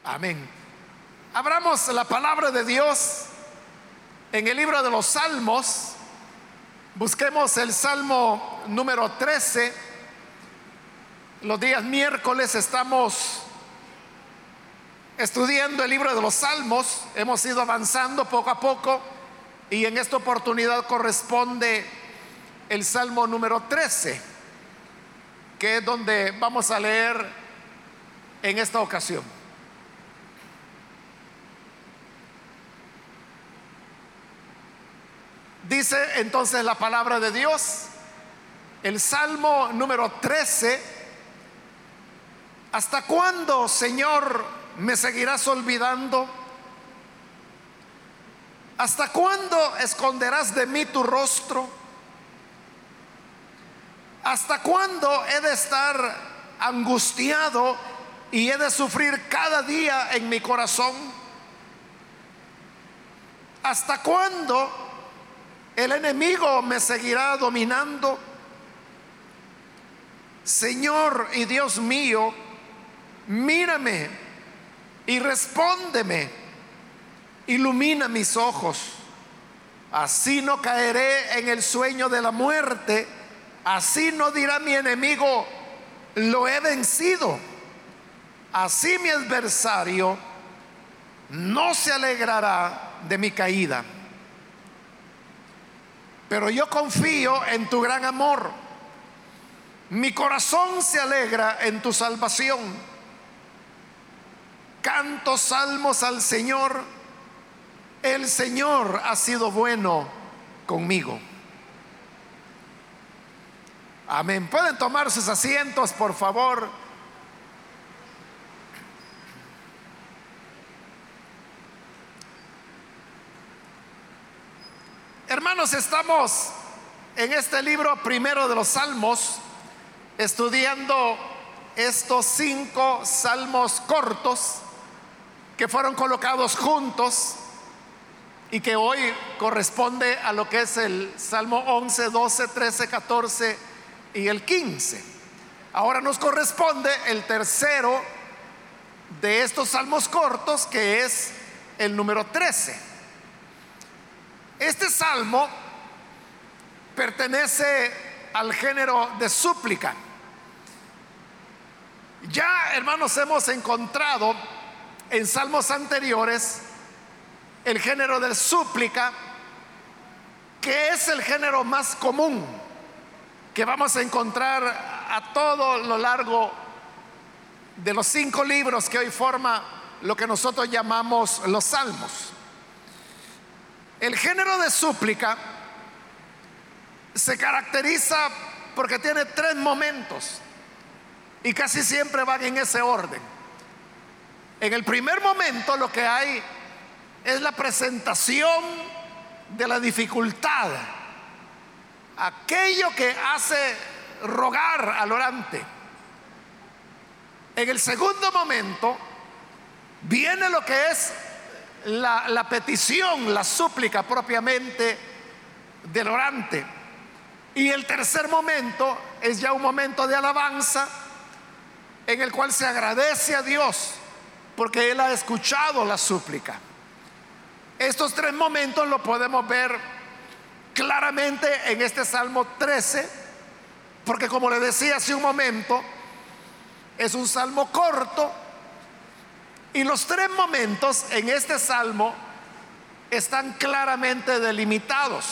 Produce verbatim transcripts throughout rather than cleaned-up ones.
Amén. Abramos la palabra de Dios en el libro de los Salmos. Busquemos el Salmo número trece. Los días miércoles estamos estudiando el libro de los Salmos. Hemos ido avanzando poco a poco y en esta oportunidad corresponde el Salmo número trece, que es donde vamos a leer en esta ocasión. Dice entonces la palabra de Dios, el Salmo número trece: ¿hasta cuándo, Señor, me seguirás olvidando? ¿Hasta cuándo esconderás de mí tu rostro? ¿Hasta cuándo he de estar angustiado y he de sufrir cada día en mi corazón? ¿Hasta cuándo el enemigo me seguirá dominando? Señor y Dios mío, mírame y respóndeme, ilumina mis ojos, así no caeré en el sueño de la muerte, así no dirá mi enemigo, lo he vencido, así mi adversario no se alegrará de mi caída. Pero yo confío en tu gran amor, mi corazón se alegra en tu salvación. Canto salmos al Señor, el Señor ha sido bueno conmigo. Amén. Pueden tomar sus asientos, por favor. Hermanos, estamos en este libro primero de los Salmos estudiando estos cinco salmos cortos que fueron colocados juntos y que hoy corresponde a lo que es el Salmo once, doce, trece, catorce y el quince. Ahora nos corresponde el tercero de estos salmos cortos, que es el número trece. Este salmo pertenece al género de súplica. Ya, hermanos, hemos encontrado en salmos anteriores el género de súplica, que es el género más común que vamos a encontrar a todo lo largo de los cinco libros que hoy forma lo que nosotros llamamos los salmos. El género de súplica se caracteriza porque tiene tres momentos y casi siempre van en ese orden. En el primer momento lo que hay es la presentación de la dificultad, aquello que hace rogar al orante. En el segundo momento viene lo que es La, la petición, la súplica propiamente del orante. Y el tercer momento es ya un momento de alabanza en el cual se agradece a Dios porque Él ha escuchado la súplica. Estos tres momentos lo podemos ver claramente en este Salmo trece, porque como le decía hace un momento, es un salmo corto. Y los tres momentos en este salmo están claramente delimitados.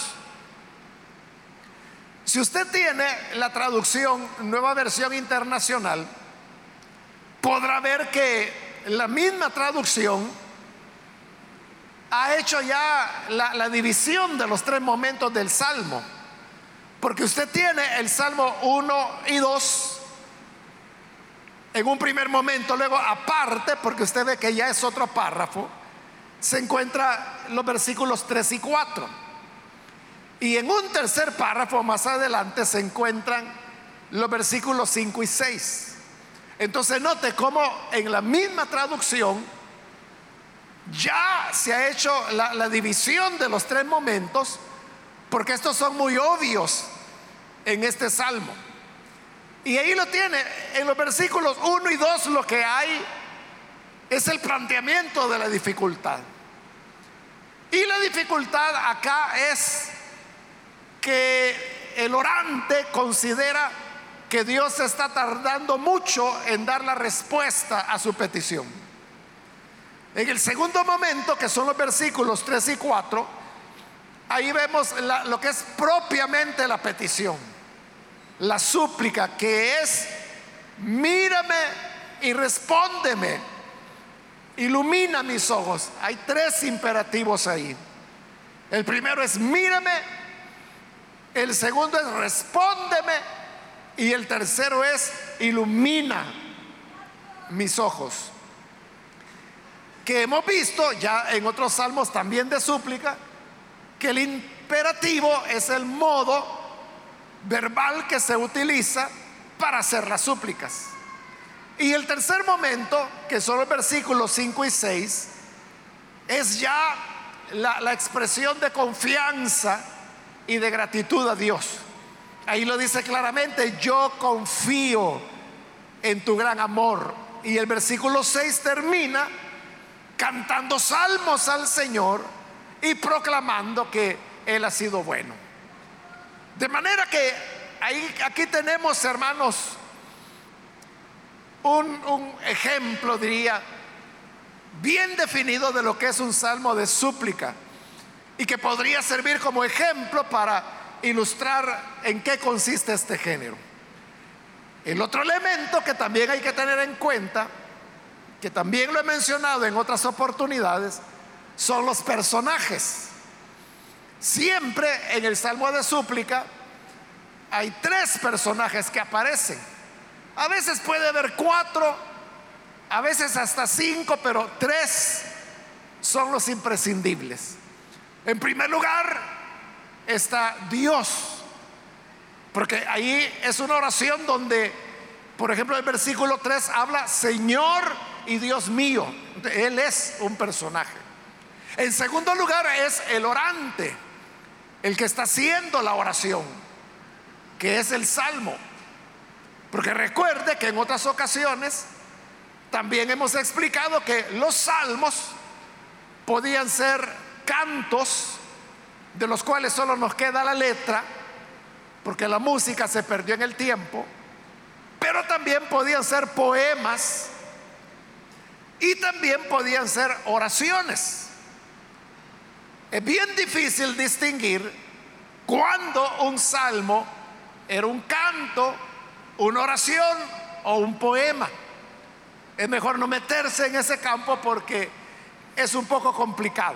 Si usted tiene la traducción Nueva Versión Internacional, podrá ver que la misma traducción ha hecho ya la, la división de los tres momentos del salmo, porque usted tiene el salmo uno y dos en un primer momento, luego aparte, porque usted ve que ya es otro párrafo, se encuentra los versículos tres y cuatro, y en un tercer párrafo más adelante se encuentran los versículos cinco y seis. Entonces note cómo en la misma traducción ya se ha hecho la, la división de los tres momentos, porque estos son muy obvios en este salmo. Y ahí lo tiene, en los versículos uno y dos lo que hay es el planteamiento de la dificultad. Y la dificultad acá es que el orante considera que Dios está tardando mucho en dar la respuesta a su petición. En el segundo momento, que son los versículos tres y cuatro, ahí vemos la, lo que es propiamente la petición, la súplica, que es: mírame y respóndeme, ilumina mis ojos. Hay tres imperativos ahí. El primero es mírame, el segundo es respóndeme, y el tercero es ilumina mis ojos, que hemos visto ya en otros salmos también de súplica, que el imperativo es el modo verbal que se utiliza para hacer las súplicas. Y el tercer momento, que son los versículos cinco y seis, es ya la, la expresión de confianza y de gratitud a Dios. Ahí lo dice claramente: yo confío en tu gran amor. Y el versículo seis termina cantando salmos al Señor y proclamando que Él ha sido bueno. De manera que ahí, aquí tenemos, hermanos, un, un ejemplo, diría, bien definido de lo que es un salmo de súplica, y que podría servir como ejemplo para ilustrar en qué consiste este género. El otro elemento que también hay que tener en cuenta, que también lo he mencionado en otras oportunidades, son los personajes. Siempre en el salmo de súplica hay tres personajes que aparecen. A veces puede haber cuatro, a veces hasta cinco, pero tres son los imprescindibles. En primer lugar está Dios, porque ahí es una oración donde, por ejemplo, el versículo tres habla Señor y Dios mío. Él es un personaje. En segundo lugar es el orante, el que está haciendo la oración, que es el salmo. Porque recuerde que en otras ocasiones también hemos explicado que los salmos podían ser cantos de los cuales solo nos queda la letra, porque la música se perdió en el tiempo, pero también podían ser poemas y también podían ser oraciones. Es bien difícil distinguir cuando un salmo era un canto, una oración o un poema. Es mejor no meterse en ese campo porque es un poco complicado.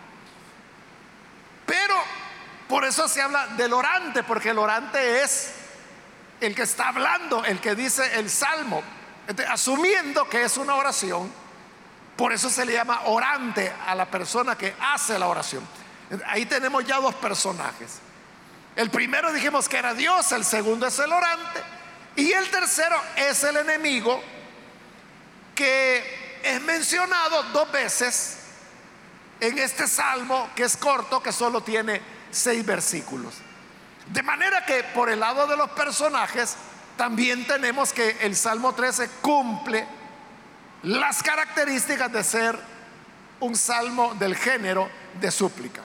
Pero por eso se habla del orante, porque el orante es el que está hablando, el que dice el salmo. Entonces, asumiendo que es una oración, por eso se le llama orante a la persona que hace la oración. Ahí tenemos ya dos personajes. El primero dijimos que era Dios, el segundo es el orante, y el tercero es el enemigo, que es mencionado dos veces en este salmo, que es corto, que solo tiene seis versículos. De manera que por el lado de los personajes también tenemos que el Salmo trece cumple las características de ser un salmo del género de súplica.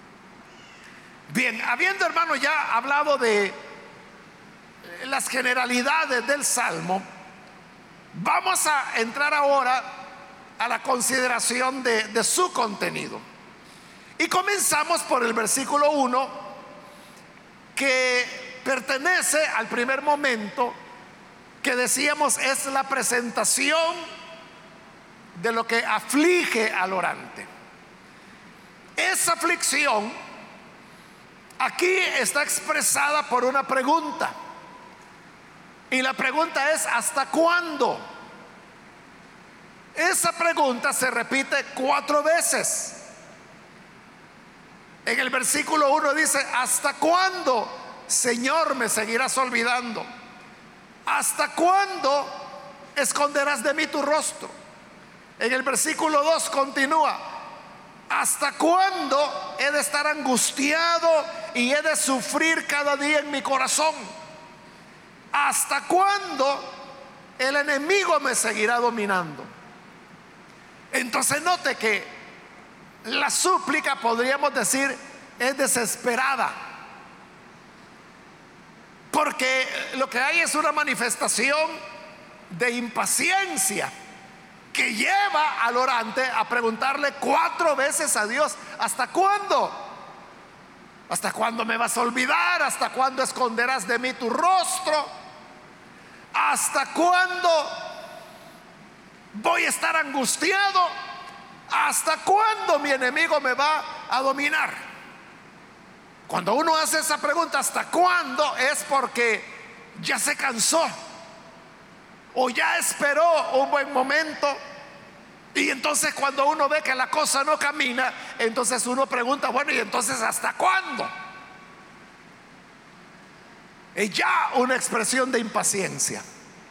Bien, habiendo, hermano, ya hablado de las generalidades del salmo, vamos a entrar ahora a la consideración de, de su contenido. Y comenzamos por el versículo uno, que pertenece al primer momento que decíamos es la presentación de lo que aflige al orante. Esa aflicción aquí está expresada por una pregunta, y la pregunta es: ¿hasta cuándo? Esa pregunta se repite cuatro veces. En el versículo uno dice: ¿hasta cuándo, Señor, me seguirás olvidando? ¿Hasta cuándo esconderás de mí tu rostro? En el versículo dos continúa: ¿hasta cuándo he de estar angustiado y he de sufrir cada día en mi corazón? ¿Hasta cuándo el enemigo me seguirá dominando? Entonces note que la súplica, podríamos decir, es desesperada, porque lo que hay es una manifestación de impaciencia que lleva al orante a preguntarle cuatro veces a Dios: ¿hasta cuándo? ¿Hasta cuándo me vas a olvidar? ¿Hasta cuándo esconderás de mí tu rostro? ¿Hasta cuándo voy a estar angustiado? ¿Hasta cuándo mi enemigo me va a dominar? Cuando uno hace esa pregunta, ¿hasta cuándo?, es porque ya se cansó o ya esperó un buen momento. Y entonces cuando uno ve que la cosa no camina, entonces uno pregunta: bueno, ¿y entonces hasta cuándo? Es ya una expresión de impaciencia.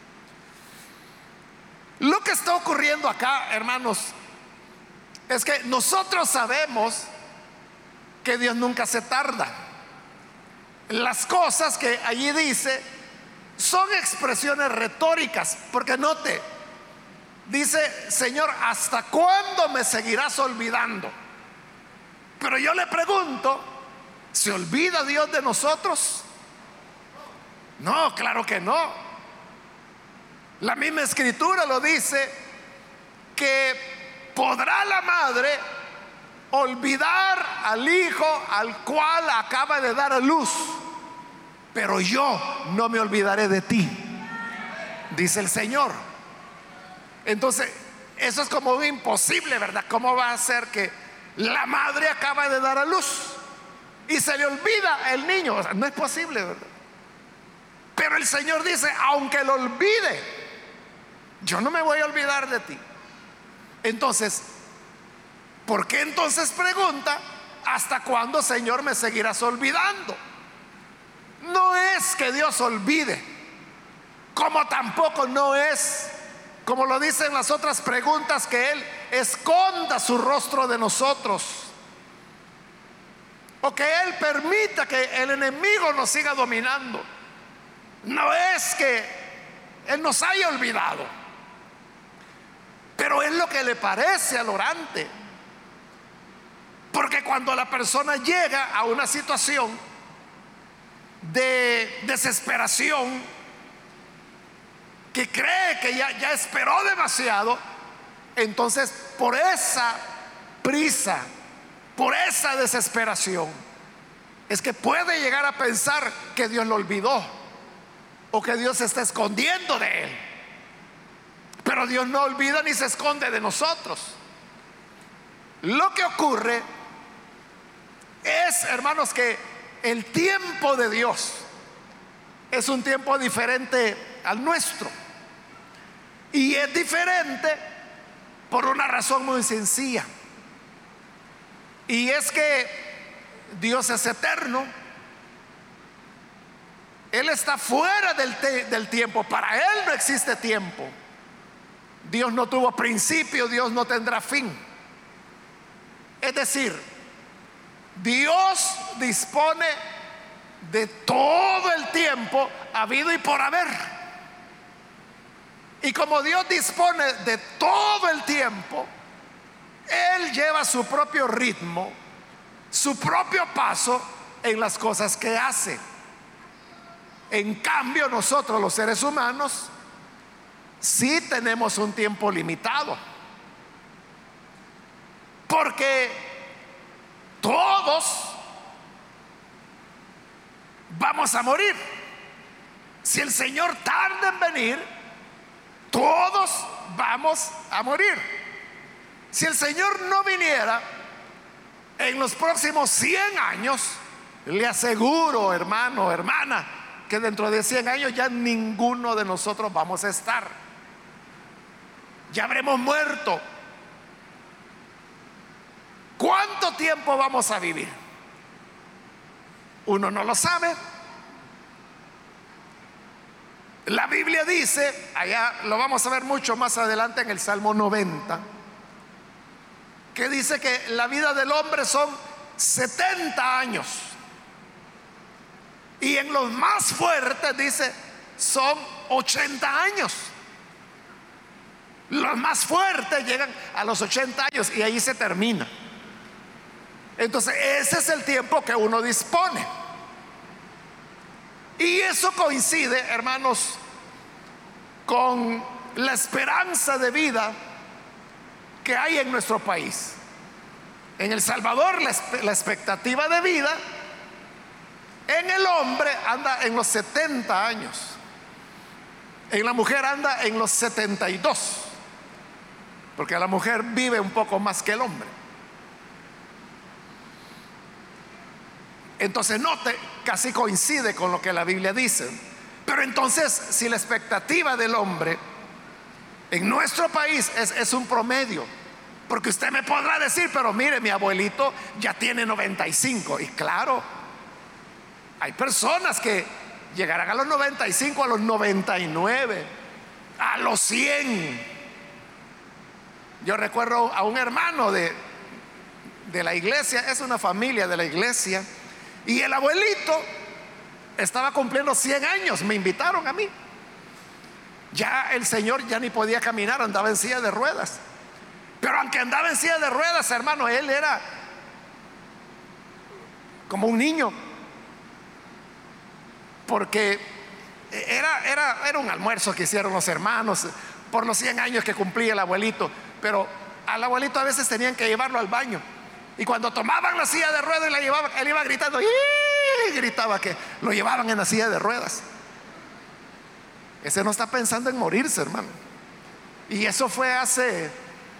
Lo que está ocurriendo acá, hermanos, es que nosotros sabemos que Dios nunca se tarda. Las cosas que allí dice son expresiones retóricas, porque note, dice: Señor, ¿hasta cuándo me seguirás olvidando? Pero yo le pregunto, ¿se olvida Dios de nosotros? No, claro que no. La misma escritura lo dice, que podrá la madre olvidar al hijo al cual acaba de dar a luz, pero yo no me olvidaré de ti, dice el Señor. Entonces, eso es como un imposible, ¿verdad? ¿Cómo va a ser que la madre acaba de dar a luz y se le olvida el niño? O sea, no es posible, ¿verdad? Pero el Señor dice: aunque lo olvide, yo no me voy a olvidar de ti. Entonces, ¿por qué entonces pregunta: ¿hasta cuándo, Señor, me seguirás olvidando? No es que Dios olvide, como tampoco no es, como lo dicen las otras preguntas, que Él esconda su rostro de nosotros, o que Él permita que el enemigo nos siga dominando. No es que Él nos haya olvidado, pero es lo que le parece al orante. Porque cuando la persona llega a una situación de desesperación, que cree que ya, ya esperó demasiado, entonces por esa prisa, por esa desesperación, es que puede llegar a pensar que Dios lo olvidó o que Dios se está escondiendo de él. Pero Dios no olvida ni se esconde de nosotros. Lo que ocurre es, hermanos, que el tiempo de Dios es un tiempo diferente al nuestro. Y es diferente por una razón muy sencilla. Y es que Dios es eterno. Él está fuera del, te- del tiempo. Para Él no existe tiempo. Dios no tuvo principio, Dios no tendrá fin. Es decir, Dios dispone de todo el tiempo habido y por haber. Y como Dios dispone de todo el tiempo, Él lleva su propio ritmo, su propio paso en las cosas que hace. En cambio, nosotros los seres humanos sí tenemos un tiempo limitado, porque todos vamos a morir. Si el Señor tarda en venir, todos vamos a morir. Si el Señor no viniera en los próximos cien años, le aseguro, hermano, hermana, que dentro de cien años ya ninguno de nosotros vamos a estar. Ya habremos muerto. ¿Cuánto tiempo vamos a vivir? Uno no lo sabe. La Biblia dice, allá lo vamos a ver mucho más adelante en el Salmo noventa, que dice que la vida del hombre son setenta años. Y en los más fuertes dice son ochenta años. Los más fuertes llegan a los ochenta años y ahí se termina. Entonces ese es el tiempo que uno dispone. Y eso coincide, hermanos, con la esperanza de vida que hay en nuestro país. En El Salvador la, la expectativa de vida en el hombre anda en los setenta años, en la mujer anda en los setenta y dos, porque la mujer vive un poco más que el hombre. Entonces note, casi coincide con lo que la Biblia dice. Pero entonces, si la expectativa del hombre en nuestro país es, es un promedio, porque usted me podrá decir, pero mire, mi abuelito ya tiene noventa y cinco. Y claro, hay personas que llegarán a los noventa y cinco, a los noventa y nueve, a los cien. Yo recuerdo a un hermano de, de la iglesia, es una familia de la iglesia, y el abuelito estaba cumpliendo cien años. Me invitaron a mí. Ya el señor ya ni podía caminar, andaba en silla de ruedas. Pero aunque andaba en silla de ruedas, hermano, él era como un niño, porque era, era, era un almuerzo que hicieron los hermanos por los cien años que cumplía el abuelito. Pero al abuelito a veces tenían que llevarlo al baño, y cuando tomaban la silla de ruedas y la llevaban, él iba gritando, y gritaba que lo llevaban en la silla de ruedas. Ese no está pensando en morirse, hermano. Y eso fue hace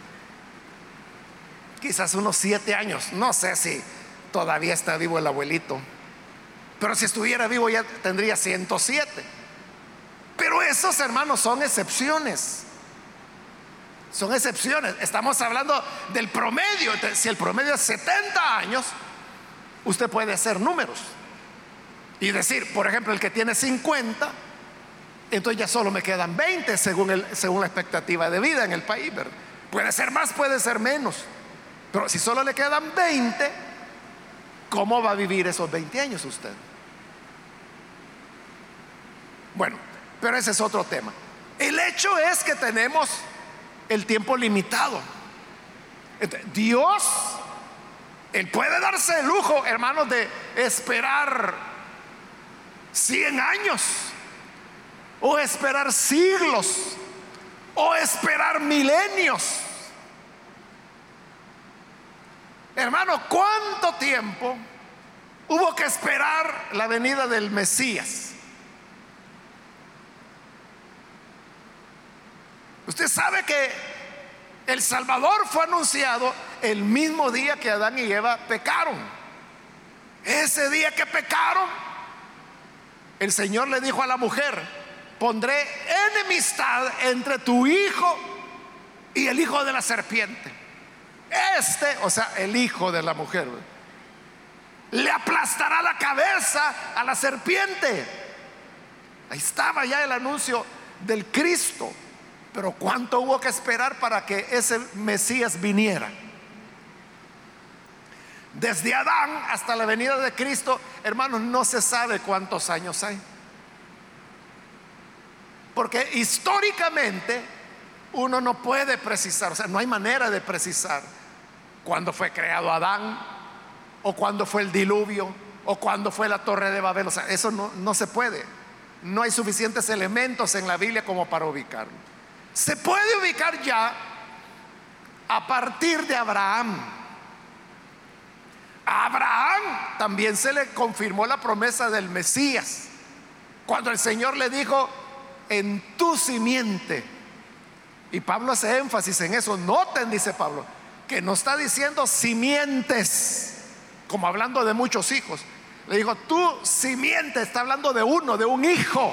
quizás unos siete años. No sé si todavía está vivo el abuelito, pero si estuviera vivo ya tendría ciento siete. Pero esos, hermanos, son excepciones. Son excepciones. Estamos hablando del promedio. Si el promedio es setenta años, usted puede hacer números y decir, por ejemplo, el que tiene cincuenta, entonces ya solo me quedan veinte según, el, según la expectativa de vida en el país, ¿verdad? Puede ser más, puede ser menos, pero si solo le quedan veinte, ¿cómo va a vivir esos veinte años usted? Bueno, pero ese es otro tema. El hecho es que tenemos el tiempo limitado. Entonces, Dios, Él puede darse el lujo, hermanos, de esperar cien años, o esperar siglos, o esperar milenios. Hermano, ¿cuánto tiempo hubo que esperar la venida del Mesías? Usted sabe que el Salvador fue anunciado el mismo día que Adán y Eva pecaron. Ese día que pecaron, el Señor le dijo a la mujer: pondré enemistad entre tu hijo y el hijo de la serpiente. Este, o sea, el hijo de la mujer, le aplastará la cabeza a la serpiente. Ahí estaba ya el anuncio del Cristo. Pero ¿cuánto hubo que esperar para que ese Mesías viniera? Desde Adán hasta la venida de Cristo, hermanos, no se sabe cuántos años hay, porque históricamente uno no puede precisar, o sea, no hay manera de precisar cuándo fue creado Adán, o cuándo fue el diluvio, o cuándo fue la Torre de Babel. O sea, eso no, no se puede. No hay suficientes elementos en la Biblia como para ubicarlo. Se puede ubicar ya a partir de Abraham. A Abraham también se le confirmó la promesa del Mesías, cuando el Señor le dijo: en tu simiente. Y Pablo hace énfasis en eso. Noten, dice Pablo, que no está diciendo simientes, como hablando de muchos hijos. Le dijo: tu simiente, está hablando de uno, de un hijo.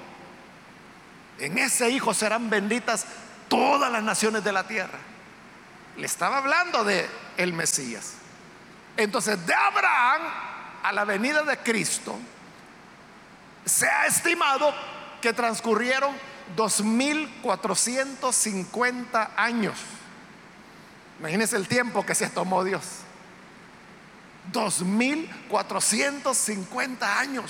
En ese hijo serán benditas todas las naciones de la tierra. Le estaba hablando de el Mesías. Entonces, de Abraham a la venida de Cristo, se ha estimado que transcurrieron dos mil cuatrocientos cincuenta años. Imagínense el tiempo que se tomó Dios. dos mil cuatrocientos cincuenta años.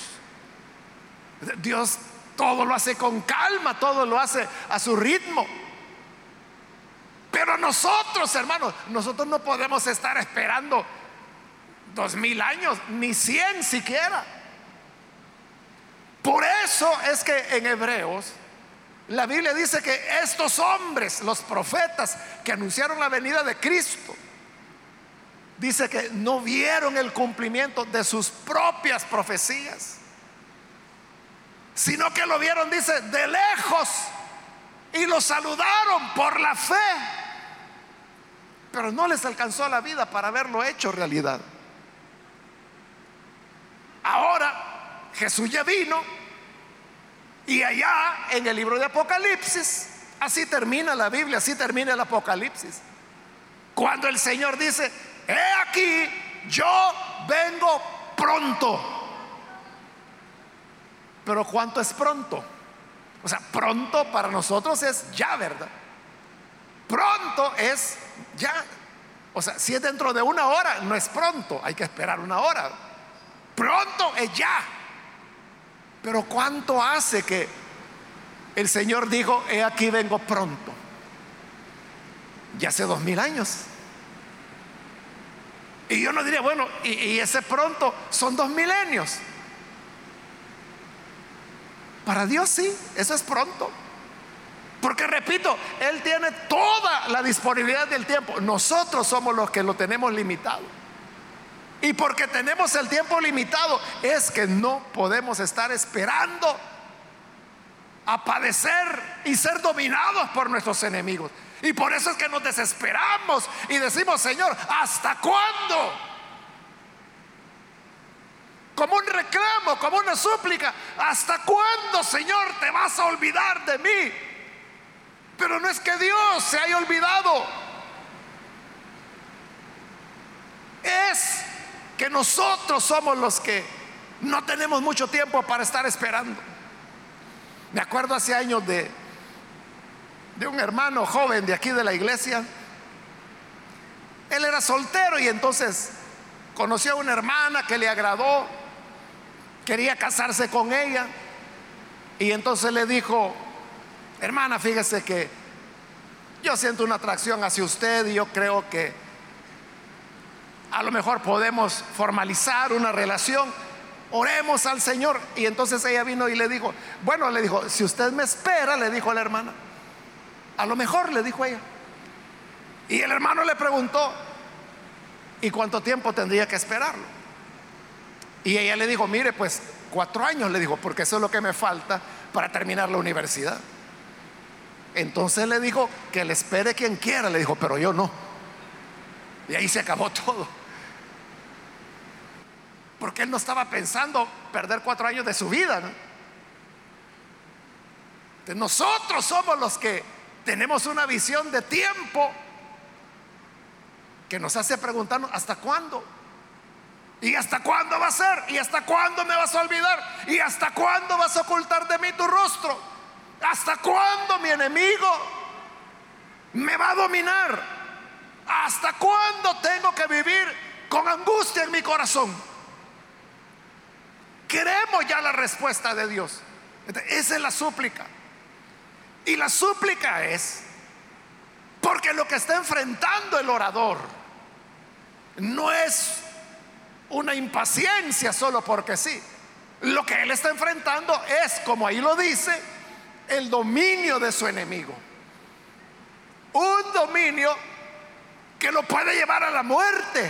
Dios todo lo hace con calma, todo lo hace a su ritmo. Pero nosotros, hermanos, nosotros no podemos estar esperando dos mil años, ni cien siquiera. Por eso es que en Hebreos la Biblia dice que estos hombres, los profetas que anunciaron la venida de Cristo, dice que no vieron el cumplimiento de sus propias profecías, sino que lo vieron, dice, de lejos, y lo saludaron por la fe, pero no les alcanzó la vida para haberlo hecho realidad. Ahora Jesús ya vino, y allá en el libro de Apocalipsis, así termina la Biblia, así termina el Apocalipsis, cuando el Señor dice: he aquí, yo vengo pronto. Pero ¿cuánto es pronto? O sea, pronto para nosotros es ya, ¿verdad? Pronto es ya. O sea, si es dentro de una hora, no es pronto, hay que esperar una hora. Pronto es ya. Pero ¿cuánto hace que el Señor dijo: he aquí vengo pronto? Ya hace dos mil años. Y yo no diría, bueno, y, y ese pronto son dos milenios. Para Dios sí, eso es pronto. Porque repito, Él tiene toda la disponibilidad del tiempo. Nosotros somos los que lo tenemos limitado. Y porque tenemos el tiempo limitado, es que no podemos estar esperando a padecer y ser dominados por nuestros enemigos. Y por eso es que nos desesperamos y decimos: Señor, ¿hasta cuándo? Como un reclamo, como una súplica: ¿hasta cuándo, Señor, te vas a olvidar de mí? Pero no es que Dios se haya olvidado, es que nosotros somos los que no tenemos mucho tiempo para estar esperando. Me acuerdo hace años de, de un hermano joven de aquí de la iglesia. Él era soltero y entonces conoció a una hermana que le agradó, quería casarse con ella, y entonces le dijo: hermana, fíjese que yo siento una atracción hacia usted y yo creo que a lo mejor podemos formalizar una relación, oremos al Señor. Y entonces ella vino y le dijo: bueno, le dijo, si usted me espera, le dijo a la hermana, a lo mejor, le dijo ella. Y el hermano le preguntó: ¿y cuánto tiempo tendría que esperarlo? Y ella le dijo: mire, pues cuatro años, le dijo, porque eso es lo que me falta para terminar la universidad. Entonces le dijo: que le espere quien quiera, le dijo, pero yo no. Y ahí se acabó todo, porque él no estaba pensando perder cuatro años de su vida, ¿no? Entonces, nosotros somos los que tenemos una visión de tiempo que nos hace preguntarnos: ¿hasta cuándo? ¿Y hasta cuándo va a ser? ¿Y hasta cuándo me vas a olvidar? ¿Y hasta cuándo vas a ocultar de mí tu rostro? ¿Hasta cuándo mi enemigo me va a dominar? ¿Hasta cuándo tengo que vivir con angustia en mi corazón? Queremos ya la respuesta de Dios. Esa es la súplica. Y la súplica es porque lo que está enfrentando el orador no es una impaciencia solo porque sí. Lo que él está enfrentando es, como ahí lo dice, el dominio de su enemigo. Un dominio que lo puede llevar a la muerte.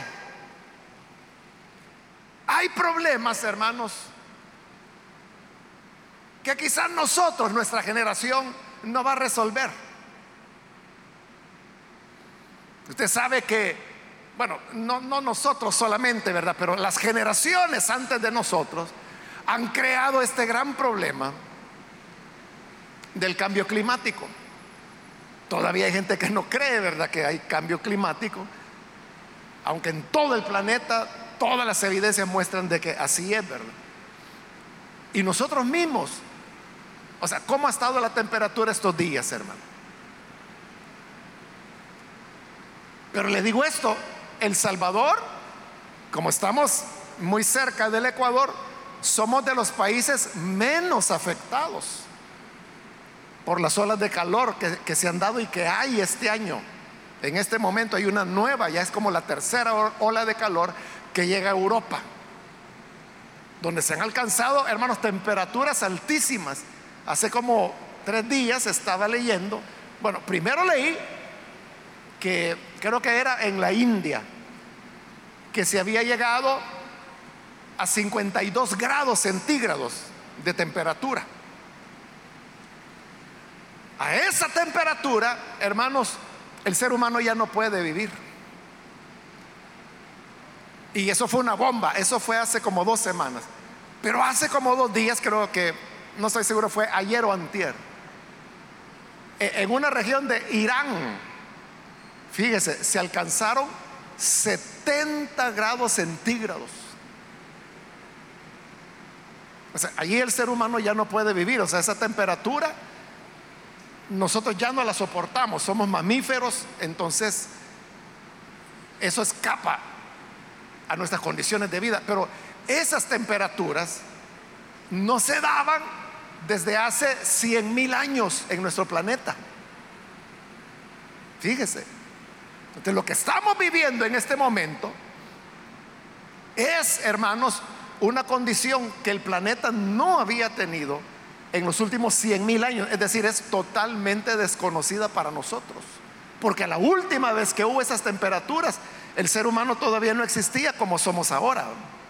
Hay problemas, hermanos, que quizás nosotros, nuestra generación, no va a resolver. Usted sabe que, bueno, no, no nosotros solamente, ¿verdad? Pero las generaciones antes de nosotros han creado este gran problema del cambio climático. Todavía hay gente que no cree, ¿verdad?, que hay cambio climático, aunque en todo el planeta todas las evidencias muestran de que así es, ¿verdad? Y nosotros mismos, o sea, ¿cómo ha estado la temperatura estos días, hermano? Pero le digo esto: El Salvador, como estamos muy cerca del Ecuador, somos de los países menos afectados por las olas de calor que, que se han dado y que hay este año. En este momento hay una nueva, ya es como la tercera ola de calor que llega a Europa, donde se han alcanzado, hermanos, temperaturas altísimas. Hace como tres días estaba leyendo, bueno, primero leí que creo que era en la India, que se había llegado a cincuenta y dos grados centígrados de temperatura. A esa temperatura, hermanos, el ser humano ya no puede vivir. Y eso fue una bomba, eso fue hace como dos semanas. Pero hace como dos días, creo que, no estoy seguro, fue ayer o antier, en una región de Irán, fíjese, se alcanzaron setenta grados centígrados. O sea, allí el ser humano ya no puede vivir. O sea, esa temperatura nosotros ya no la soportamos, somos mamíferos, entonces eso escapa a nuestras condiciones de vida. Pero esas temperaturas no se daban desde hace cien mil años en nuestro planeta. Fíjese. Entonces, lo que estamos viviendo en este momento es, hermanos, una condición que el planeta no había tenido en los últimos cien mil años. Es decir, es totalmente desconocida para nosotros, porque la última vez que hubo esas temperaturas, el ser humano todavía no existía como somos ahora.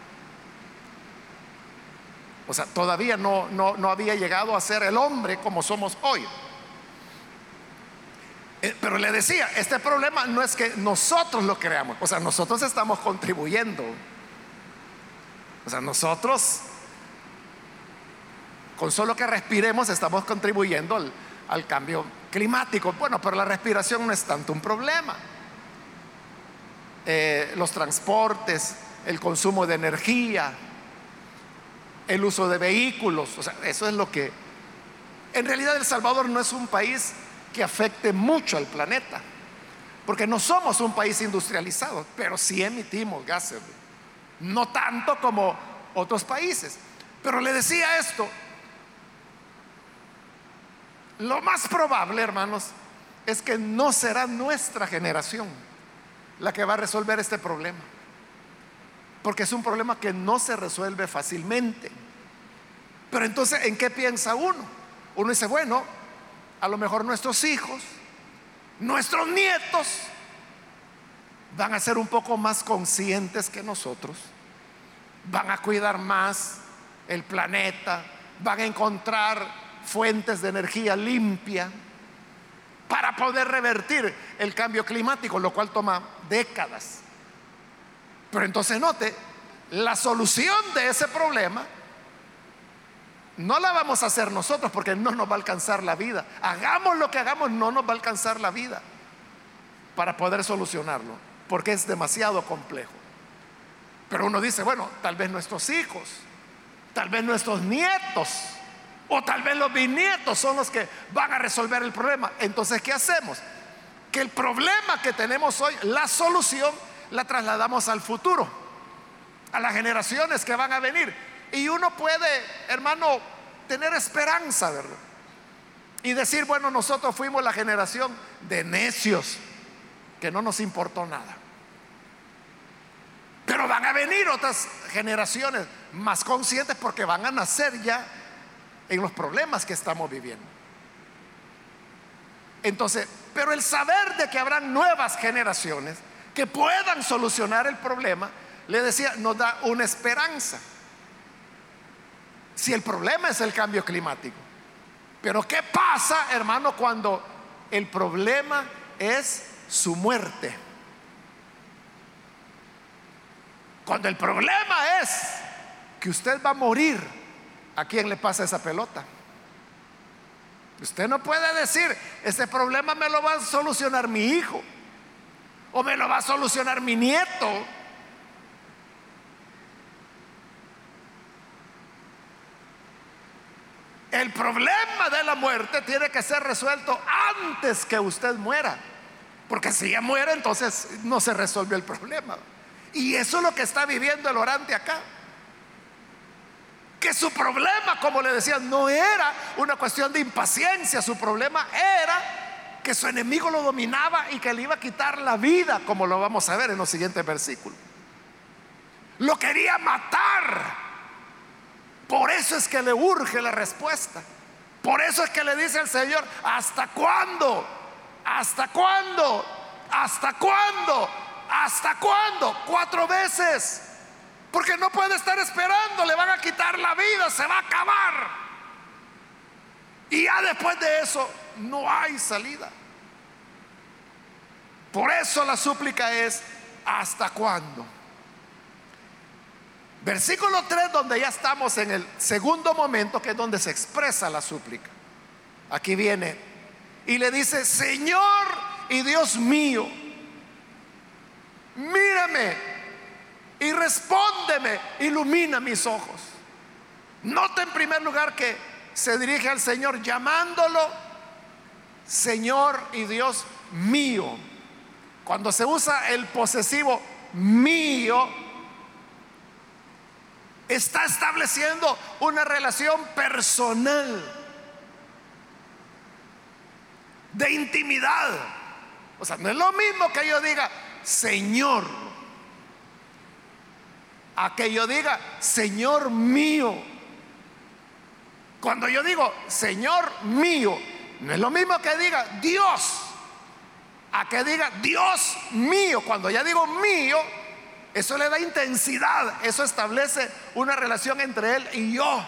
O sea, todavía no, no, no había llegado a ser el hombre como somos hoy. Eh, pero le decía, este problema no es que nosotros lo creamos, o sea, nosotros estamos contribuyendo. O sea, nosotros, con solo que respiremos, estamos contribuyendo al, al cambio climático. Bueno, pero la respiración no es tanto un problema. Eh, los transportes, el consumo de energía, el uso de vehículos, o sea, eso es lo que... En realidad El Salvador no es un país que afecte mucho al planeta, porque no somos un país industrializado, pero sí emitimos gases, no tanto como otros países. Pero le decía esto, lo más probable, hermanos, es que no será nuestra generación la que va a resolver este problema, porque es un problema que no se resuelve fácilmente. Pero entonces, ¿en qué piensa uno? Uno dice, bueno, a lo mejor nuestros hijos, nuestros nietos van a ser un poco más conscientes que nosotros, van a cuidar más el planeta, van a encontrar fuentes de energía limpia para poder revertir el cambio climático, lo cual toma décadas. Pero entonces note, la solución de ese problema no la vamos a hacer nosotros, porque no nos va a alcanzar la vida. Hagamos lo que hagamos, no nos va a alcanzar la vida para poder solucionarlo, porque es demasiado complejo. Pero uno dice, bueno, tal vez nuestros hijos, tal vez nuestros nietos, o tal vez los bisnietos son los que van a resolver el problema. Entonces, ¿qué hacemos? Que el problema que tenemos hoy, la solución la trasladamos al futuro, a las generaciones que van a venir. Y uno puede, hermano, tener esperanza, ¿verdad? Y decir, bueno, nosotros fuimos la generación de necios, que no nos importó nada. Pero van a venir otras generaciones más conscientes, porque van a nacer ya en los problemas que estamos viviendo. Entonces, pero el saber de que habrán nuevas generaciones que puedan solucionar el problema, le decía, nos da una esperanza. Si el problema es el cambio climático. Pero ¿qué pasa, hermano, cuando el problema es su muerte? Cuando el problema es que usted va a morir, ¿a quién le pasa esa pelota? Usted no puede decir, este problema me lo va a solucionar mi hijo, o me lo va a solucionar mi nieto. El problema de la muerte tiene que ser resuelto antes que usted muera, porque si ya muere, entonces no se resolvió el problema. Y eso es lo que está viviendo el orante acá, que su problema, como le decía, no era una cuestión de impaciencia, su problema era que su enemigo lo dominaba y que le iba a quitar la vida, como lo vamos a ver en los siguientes versículos. Lo quería matar. Por eso es que le urge la respuesta. Por eso es que le dice al Señor: ¿hasta cuándo? ¿Hasta cuándo? ¿Hasta cuándo? ¿Hasta cuándo? Cuatro veces. Porque no puede estar esperando, le van a quitar la vida, se va a acabar. Y ya después de eso no hay salida. Por eso la súplica es: ¿hasta cuándo? Versículo tres, donde ya estamos en el segundo momento, que es donde se expresa la súplica. Aquí viene y le dice: Señor y Dios mío, mírame y respóndeme, ilumina mis ojos. Nota en primer lugar que se dirige al Señor llamándolo Señor y Dios mío. Cuando se usa el posesivo mío, está estableciendo una relación personal, de intimidad. O sea, no es lo mismo que yo diga Señor a que yo diga Señor mío. Cuando yo digo Señor mío, no es lo mismo que diga Dios a que diga Dios mío. Cuando ya digo mío, eso le da intensidad, eso establece una relación entre él y yo.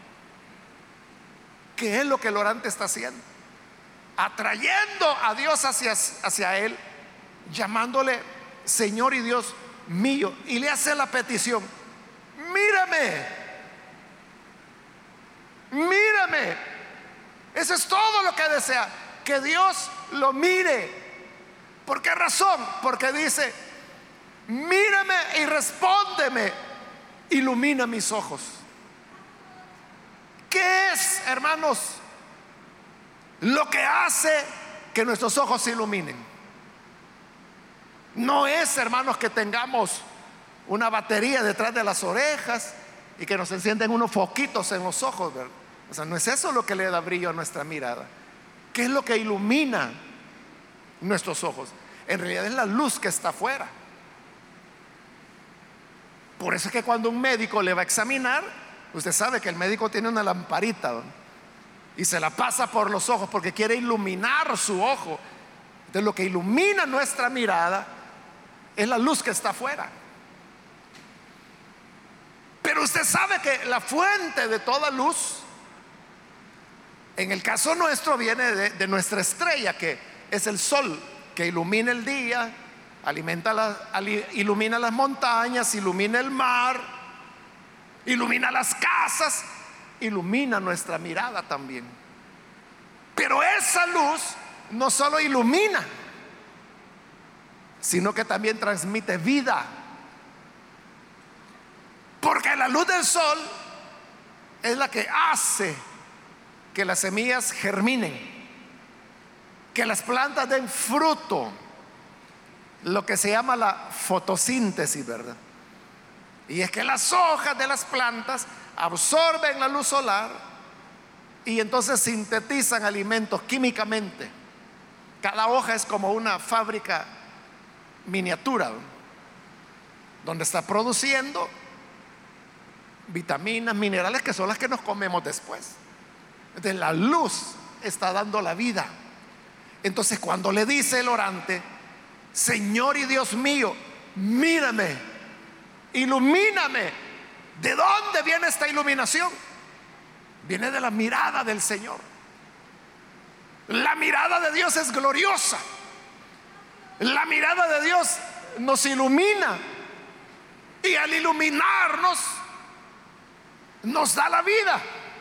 ¿Qué es lo que el orante está haciendo? Atrayendo a Dios hacia, hacia él, llamándole Señor y Dios mío, y le hace la petición: mírame, mírame. Eso es todo lo que desea, que Dios lo mire. ¿Por qué razón? Porque dice: mírame y respóndeme, ilumina mis ojos. ¿Qué es, hermanos, lo que hace que nuestros ojos se iluminen? No es, hermanos, que tengamos una batería detrás de las orejas y que nos encienden unos foquitos en los ojos, ¿verdad? O sea, no es eso lo que le da brillo a nuestra mirada. ¿Qué es lo que ilumina nuestros ojos? En realidad es la luz que está afuera. Por eso es que cuando un médico le va a examinar, usted sabe que el médico tiene una lamparita, ¿no?, y se la pasa por los ojos porque quiere iluminar su ojo. Entonces lo que ilumina nuestra mirada es la luz que está afuera. Pero usted sabe que la fuente de toda luz, en el caso nuestro, viene de, de nuestra estrella, que es el sol, que ilumina el día, alimenta la, ilumina las montañas, ilumina el mar, ilumina las casas, ilumina nuestra mirada también. Pero esa luz no solo ilumina, sino que también transmite vida. Porque la luz del sol es la que hace que las semillas germinen, que las plantas den fruto, lo que se llama la fotosíntesis, ¿verdad? Y es que las hojas de las plantas absorben la luz solar y entonces sintetizan alimentos químicamente. Cada hoja es como una fábrica miniatura, ¿no?, donde está produciendo vitaminas, minerales, que son las que nos comemos después. Entonces la luz está dando la vida. Entonces cuando le dice el orante: Señor y Dios mío, mírame, ilumíname, ¿de dónde viene esta iluminación? Viene de la mirada del Señor. La mirada de Dios es gloriosa. La mirada de Dios nos ilumina, y al iluminarnos nos da la vida.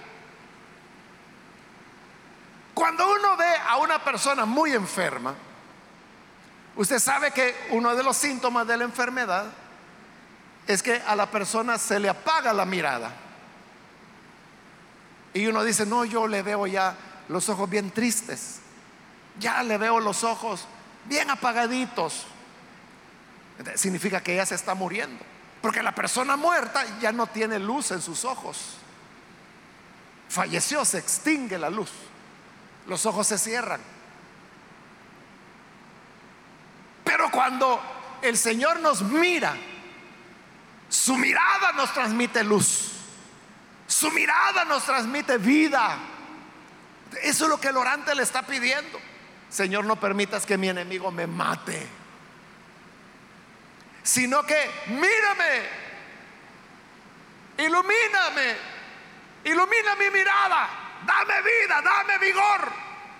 Cuando uno ve a una persona muy enferma, usted sabe que uno de los síntomas de la enfermedad es que a la persona se le apaga la mirada. Y uno dice: no, yo le veo ya los ojos bien tristes, ya le veo los ojos bien apagaditos. Significa que ya se está muriendo, porque la persona muerta ya no tiene luz en sus ojos. Falleció, se extingue la luz, los ojos se cierran. Pero cuando el Señor nos mira, su mirada nos transmite luz, su mirada nos transmite vida. Eso es lo que el orante le está pidiendo. Señor, no permitas que mi enemigo me mate, sino que mírame, ilumíname, ilumina mi mirada, dame vida, dame vigor.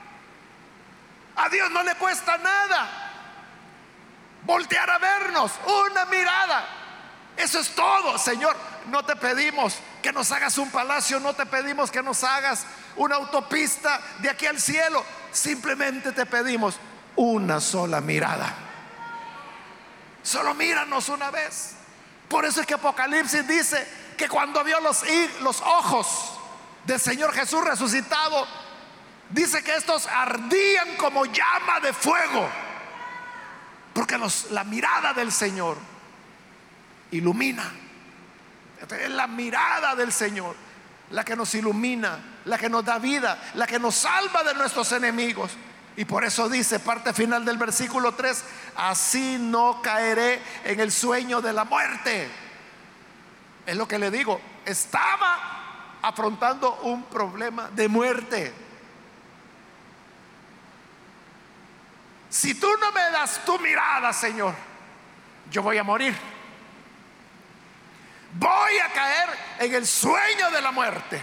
A Dios no le cuesta nada voltear a vernos, una mirada. Eso es todo. Señor, no te pedimos que nos hagas un palacio, no te pedimos que nos hagas una autopista de aquí al cielo. Simplemente te pedimos una sola mirada. Solo míranos una vez. Por eso es que Apocalipsis dice que cuando vio los, los ojos del Señor Jesús resucitado, dice que estos ardían como llama de fuego, porque los, la mirada del Señor ilumina. Es la mirada del Señor la que nos ilumina, la que nos da vida, la que nos salva de nuestros enemigos. Y por eso dice, parte final del versículo tres: así no caeré en el sueño de la muerte. Es lo que le digo, estaba afrontando un problema de muerte. Si tú no me das tu mirada, Señor, yo voy a morir. Voy a caer en el sueño de la muerte.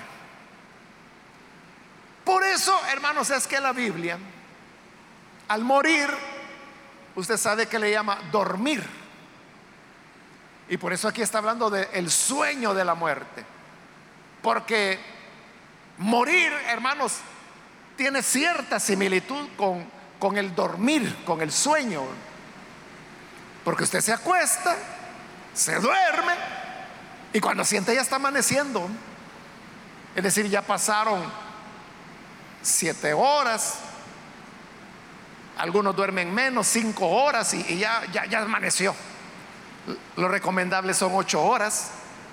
Por eso, hermanos, es que la Biblia, al morir, usted sabe que le llama dormir. Y por eso aquí está hablando del sueño de la muerte. Porque morir, hermanos, tiene cierta similitud con, con el dormir, con el sueño. Porque usted se acuesta, se duerme, y cuando siente ya está amaneciendo. Es decir, ya pasaron siete horas. Algunos duermen menos, cinco horas, y, y ya, ya, ya amaneció. Lo recomendable son ocho horas.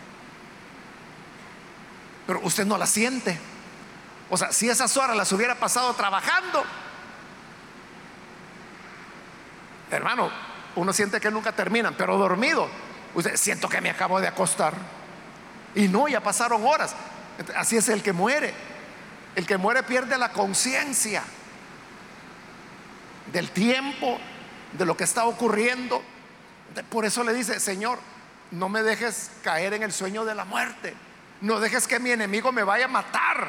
Pero usted no la siente. O sea, si esas horas las hubiera pasado trabajando, hermano, uno siente que nunca terminan. Pero dormido, usted, siento que me acabo de acostar. Y no, ya pasaron horas. Así es el que muere. El que muere pierde la conciencia del tiempo, de lo que está ocurriendo. Por eso le dice: Señor, no me dejes caer en el sueño de la muerte, no dejes que mi enemigo me vaya a matar,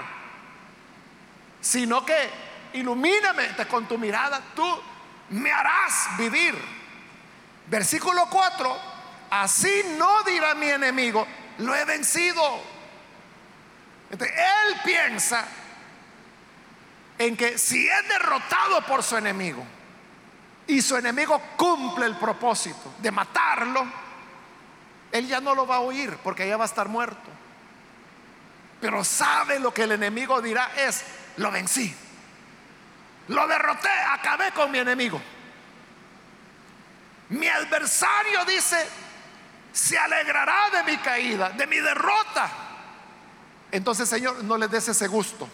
sino que ilumíname con tu mirada, tú me harás vivir. Versículo cuatro: así no dirá mi enemigo, lo he vencido. Entonces, él piensa en que si es derrotado por su enemigo y su enemigo cumple el propósito de matarlo, él ya no lo va a oír porque ya va a estar muerto. Pero sabe lo que el enemigo dirá es: lo vencí, lo derroté, acabé con mi enemigo. Mi adversario, dice, se alegrará de mi caída, de mi derrota. Entonces, Señor, no le des ese gusto,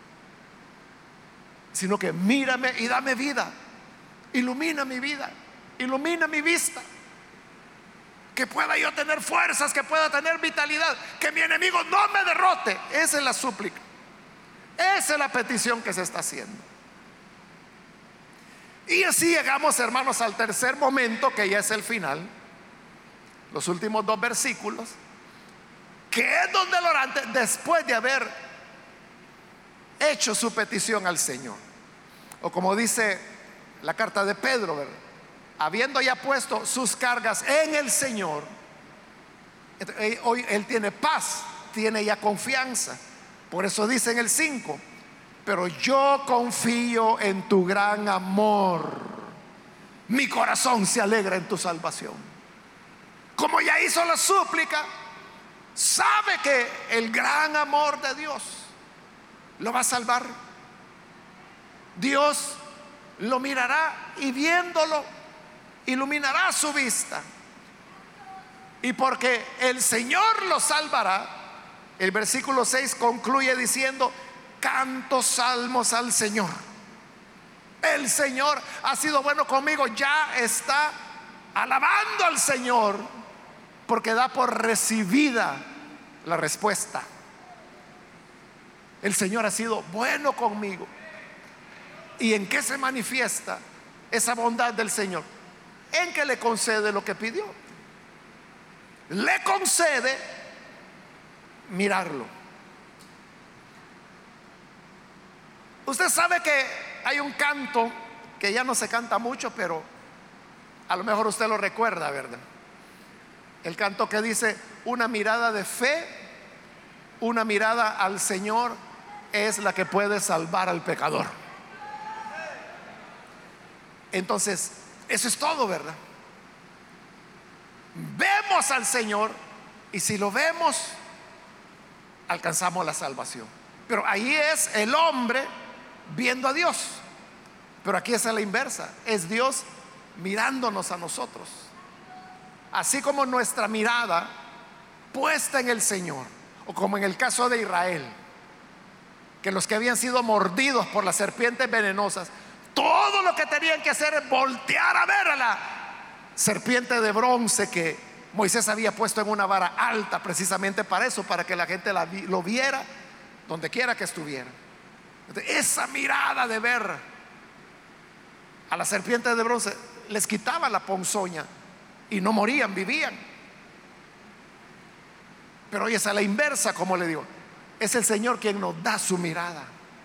sino que mírame y dame vida. Ilumina mi vida, ilumina mi vista, que pueda yo tener fuerzas, que pueda tener vitalidad, que mi enemigo no me derrote. Esa es la súplica, esa es la petición que se está haciendo. Y así llegamos, hermanos, al tercer momento, que ya es el final, los últimos dos versículos, que es donde el orante, después de haber hecho su petición al Señor, o como dice la carta de Pedro, ¿verdad?, habiendo ya puesto sus cargas en el Señor, hoy él tiene paz, tiene ya confianza. Por eso dice en el cinco: pero yo confío en tu gran amor, mi corazón se alegra en tu salvación. Como ya hizo la súplica, sabe que el gran amor de Dios lo va a salvar. Dios lo mirará y viéndolo iluminará su vista. Y porque el Señor lo salvará, el versículo seis concluye diciendo: canto salmos al Señor. El Señor ha sido bueno conmigo. Ya está alabando al Señor porque da por recibida la respuesta. El Señor ha sido bueno conmigo. ¿Y en qué se manifiesta esa bondad del Señor? En que le concede lo que pidió. Le concede mirarlo. Usted sabe que hay un canto que ya no se canta mucho, pero a lo mejor usted lo recuerda, ¿verdad? El canto que dice: una mirada de fe, una mirada al Señor es la que puede salvar al pecador. Entonces, eso es todo, ¿verdad? Vemos al Señor, y si lo vemos, alcanzamos la salvación. Pero ahí es el hombre viendo a Dios. Pero aquí es a la inversa, es Dios mirándonos a nosotros. Así como nuestra mirada puesta en el Señor, o como en el caso de Israel, que los que habían sido mordidos por las serpientes venenosas, todo lo que tenían que hacer es voltear a ver a la serpiente de bronce que Moisés había puesto en una vara alta, precisamente para eso, para que la gente la vi, lo viera donde quiera que estuviera. Esa mirada de ver a la serpiente de bronce les quitaba la ponzoña y no morían, vivían. Pero hoy es a la inversa, como le digo. Es el Señor quien nos da su mirada.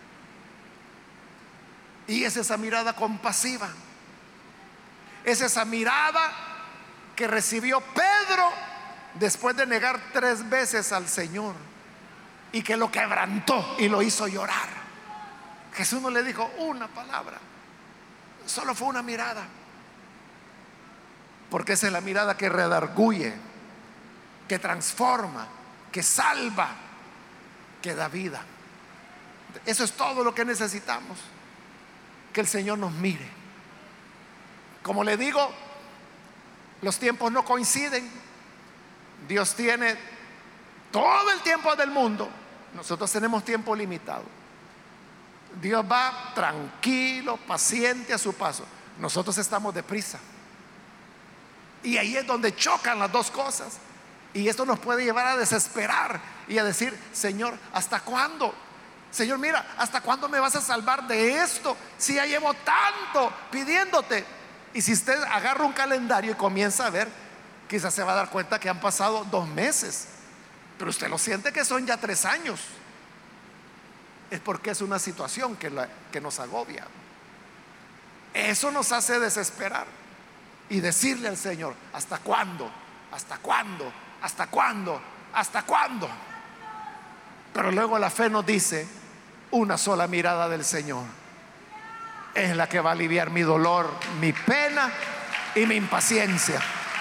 Y es esa mirada compasiva. Es esa mirada que recibió Pedro después de negar tres veces al Señor, y que lo quebrantó y lo hizo llorar. Jesús no le dijo una palabra, solo fue una mirada, porque esa es la mirada que redarguye, que transforma, que salva, que da vida. Eso es todo lo que necesitamos, que el Señor nos mire. Como le digo, los tiempos no coinciden. Dios tiene todo el tiempo del mundo, nosotros tenemos tiempo limitado. Dios va tranquilo, paciente a su paso, nosotros estamos deprisa. Y ahí es donde chocan las dos cosas. Y esto nos puede llevar a desesperar y a decir: Señor, ¿hasta cuándo? Señor, mira, ¿hasta cuándo me vas a salvar de esto? Si ya llevo tanto pidiéndote. Y si usted agarra un calendario y comienza a ver, quizás se va a dar cuenta que han pasado dos meses, pero usted lo siente que son ya tres años. Es porque es una situación que, la, que nos agobia. Eso nos hace desesperar y decirle al Señor: ¿hasta cuándo? ¿Hasta cuándo? ¿Hasta cuándo? ¿Hasta cuándo? Pero luego la fe nos dice: una sola mirada del Señor es la que va a aliviar mi dolor, mi pena y mi impaciencia.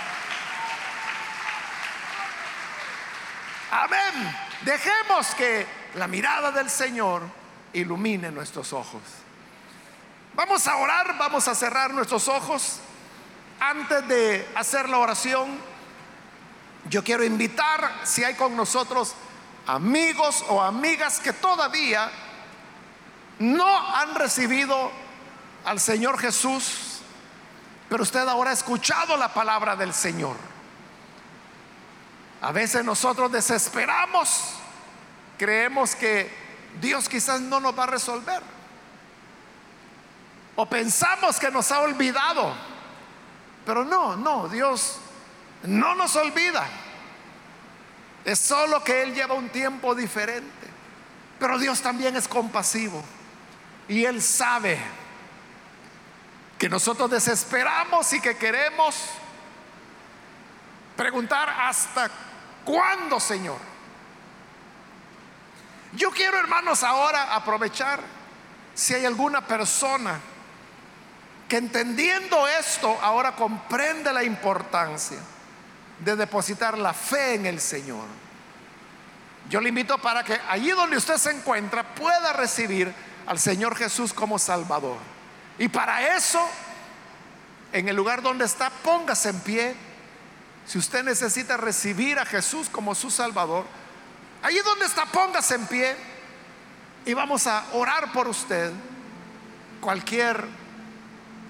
Amén. Dejemos que la mirada del Señor ilumine nuestros ojos. Vamos a orar, vamos a cerrar nuestros ojos. Antes de hacer la oración, yo quiero invitar, si hay con nosotros amigos o amigas que todavía no han recibido al Señor Jesús, pero usted ahora ha escuchado la palabra del Señor. A veces nosotros desesperamos, creemos que Dios quizás no nos va a resolver, o pensamos que nos ha olvidado. Pero no, no, Dios no nos olvida. Es solo que Él lleva un tiempo diferente. Pero Dios también es compasivo, y Él sabe que nosotros desesperamos y que queremos preguntar: ¿hasta cuándo, Señor? Yo quiero, hermanos, ahora aprovechar, si hay alguna persona que entendiendo esto ahora comprende la importancia de depositar la fe en el Señor. Yo le invito para que allí donde usted se encuentra pueda recibir al Señor Jesús como Salvador. Y para eso, en el lugar donde está, póngase en pie. Si usted necesita recibir a Jesús como su Salvador, allí donde está, póngase en pie y vamos a orar por usted. Cualquier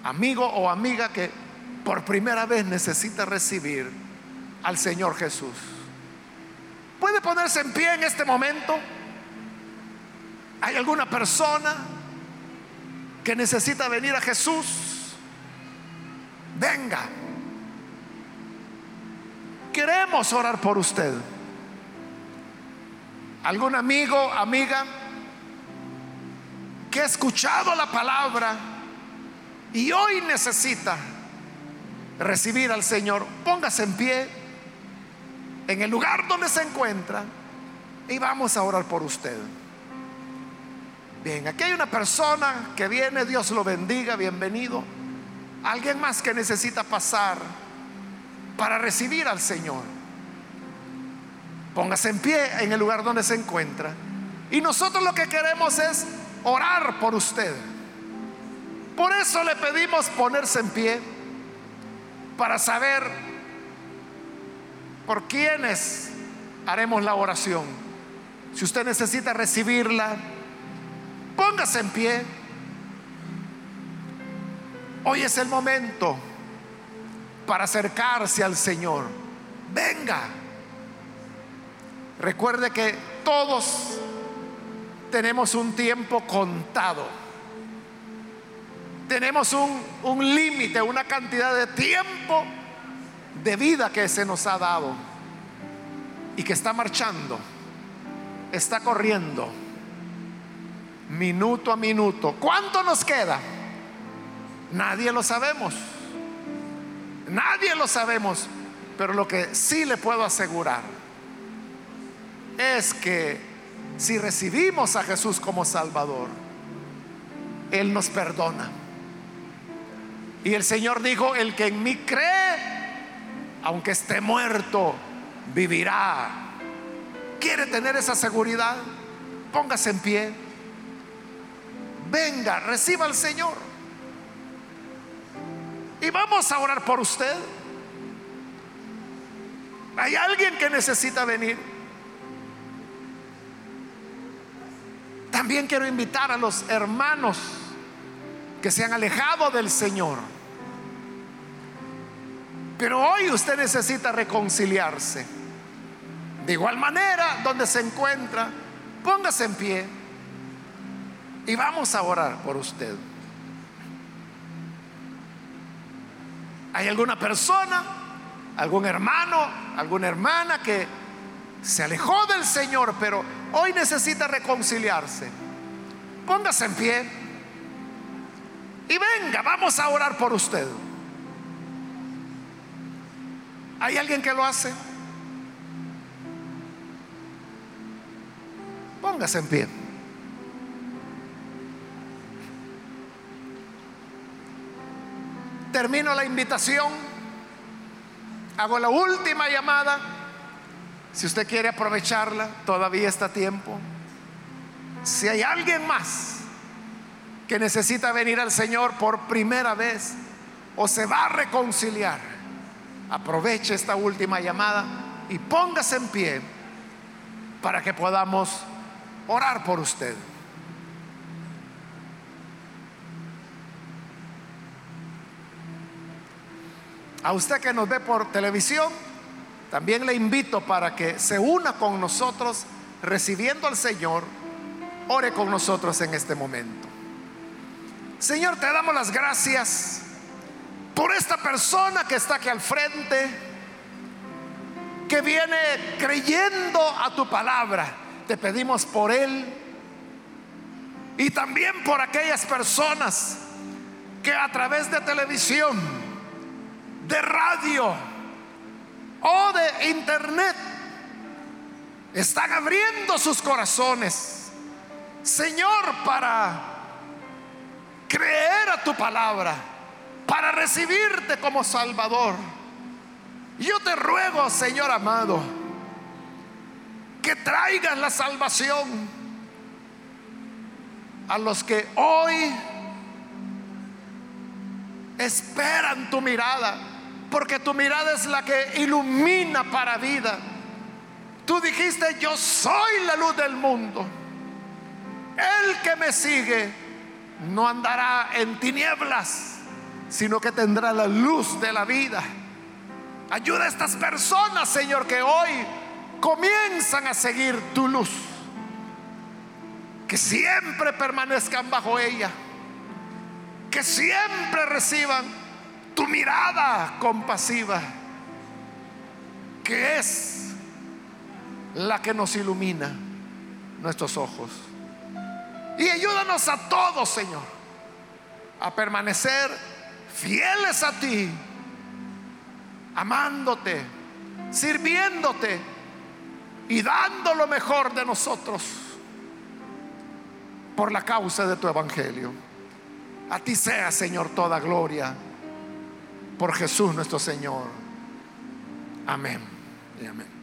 amigo o amiga que por primera vez necesita recibir al Señor Jesús. ¿Puede ponerse en pie en este momento? ¿Hay alguna persona que necesita venir a Jesús? Venga. Queremos orar por usted. ¿Algún amigo, amiga que ha escuchado la palabra y hoy necesita recibir al Señor? Póngase en pie en el lugar donde se encuentra y vamos a orar por usted. Bien, aquí hay una persona que viene, Dios lo bendiga, bienvenido. Alguien más que necesita pasar para recibir al Señor. Póngase en pie en el lugar donde se encuentra y nosotros lo que queremos es orar por usted. Por eso le pedimos ponerse en pie para saber por quiénes haremos la oración. Si usted necesita recibirla, póngase en pie. Hoy es el momento para acercarse al Señor. Venga. Recuerde que todos tenemos un tiempo contado. Tenemos un, un límite, una cantidad de tiempo de vida que se nos ha dado y que está marchando, está corriendo minuto a minuto. ¿Cuánto nos queda? Nadie lo sabemos. Nadie lo sabemos. Pero lo que sí le puedo asegurar es que si recibimos a Jesús como Salvador, Él nos perdona. Y el Señor dijo: el que en mí cree, aunque esté muerto, vivirá. ¿Quiere tener esa seguridad? Póngase en pie. Venga, reciba al Señor. Y vamos a orar por usted. ¿Hay alguien que necesita venir? También quiero invitar a los hermanos que se han alejado del Señor, pero hoy usted necesita reconciliarse. De igual manera, donde se encuentra, póngase en pie y vamos a orar por usted. ¿Hay alguna persona, algún hermano, alguna hermana que se alejó del Señor, pero hoy necesita reconciliarse? Póngase en pie y venga, vamos a orar por usted. ¿Hay alguien que lo hace? Póngase en pie. Termino la invitación. Hago la última llamada. Si usted quiere aprovecharla, todavía está a tiempo. Si hay alguien más que necesita venir al Señor por primera vez o se va a reconciliar, aproveche esta última llamada y póngase en pie para que podamos orar por usted. A usted que nos ve por televisión, también le invito para que se una con nosotros recibiendo al Señor. Ore con nosotros en este momento. Señor, te damos las gracias por esta persona que está aquí al frente, que viene creyendo a tu palabra. Te pedimos por él y también por aquellas personas que a través de televisión, de radio o de internet están abriendo sus corazones, Señor, para creer a tu palabra, para recibirte como Salvador. Yo te ruego, Señor amado, que traigas la salvación a los que hoy esperan tu mirada, porque tu mirada es la que ilumina para vida. Tú dijiste: yo soy la luz del mundo. El que me sigue no andará en tinieblas, sino que tendrá la luz de la vida. Ayuda a estas personas, Señor, que hoy comienzan a seguir tu luz, que siempre permanezcan bajo ella, que siempre reciban tu mirada compasiva, que es la que nos ilumina nuestros ojos. Y ayúdanos a todos, Señor, a permanecer fieles a ti, amándote, sirviéndote y dando lo mejor de nosotros por la causa de tu evangelio. A ti sea, Señor, toda gloria, por Jesús nuestro Señor. Amén y amén.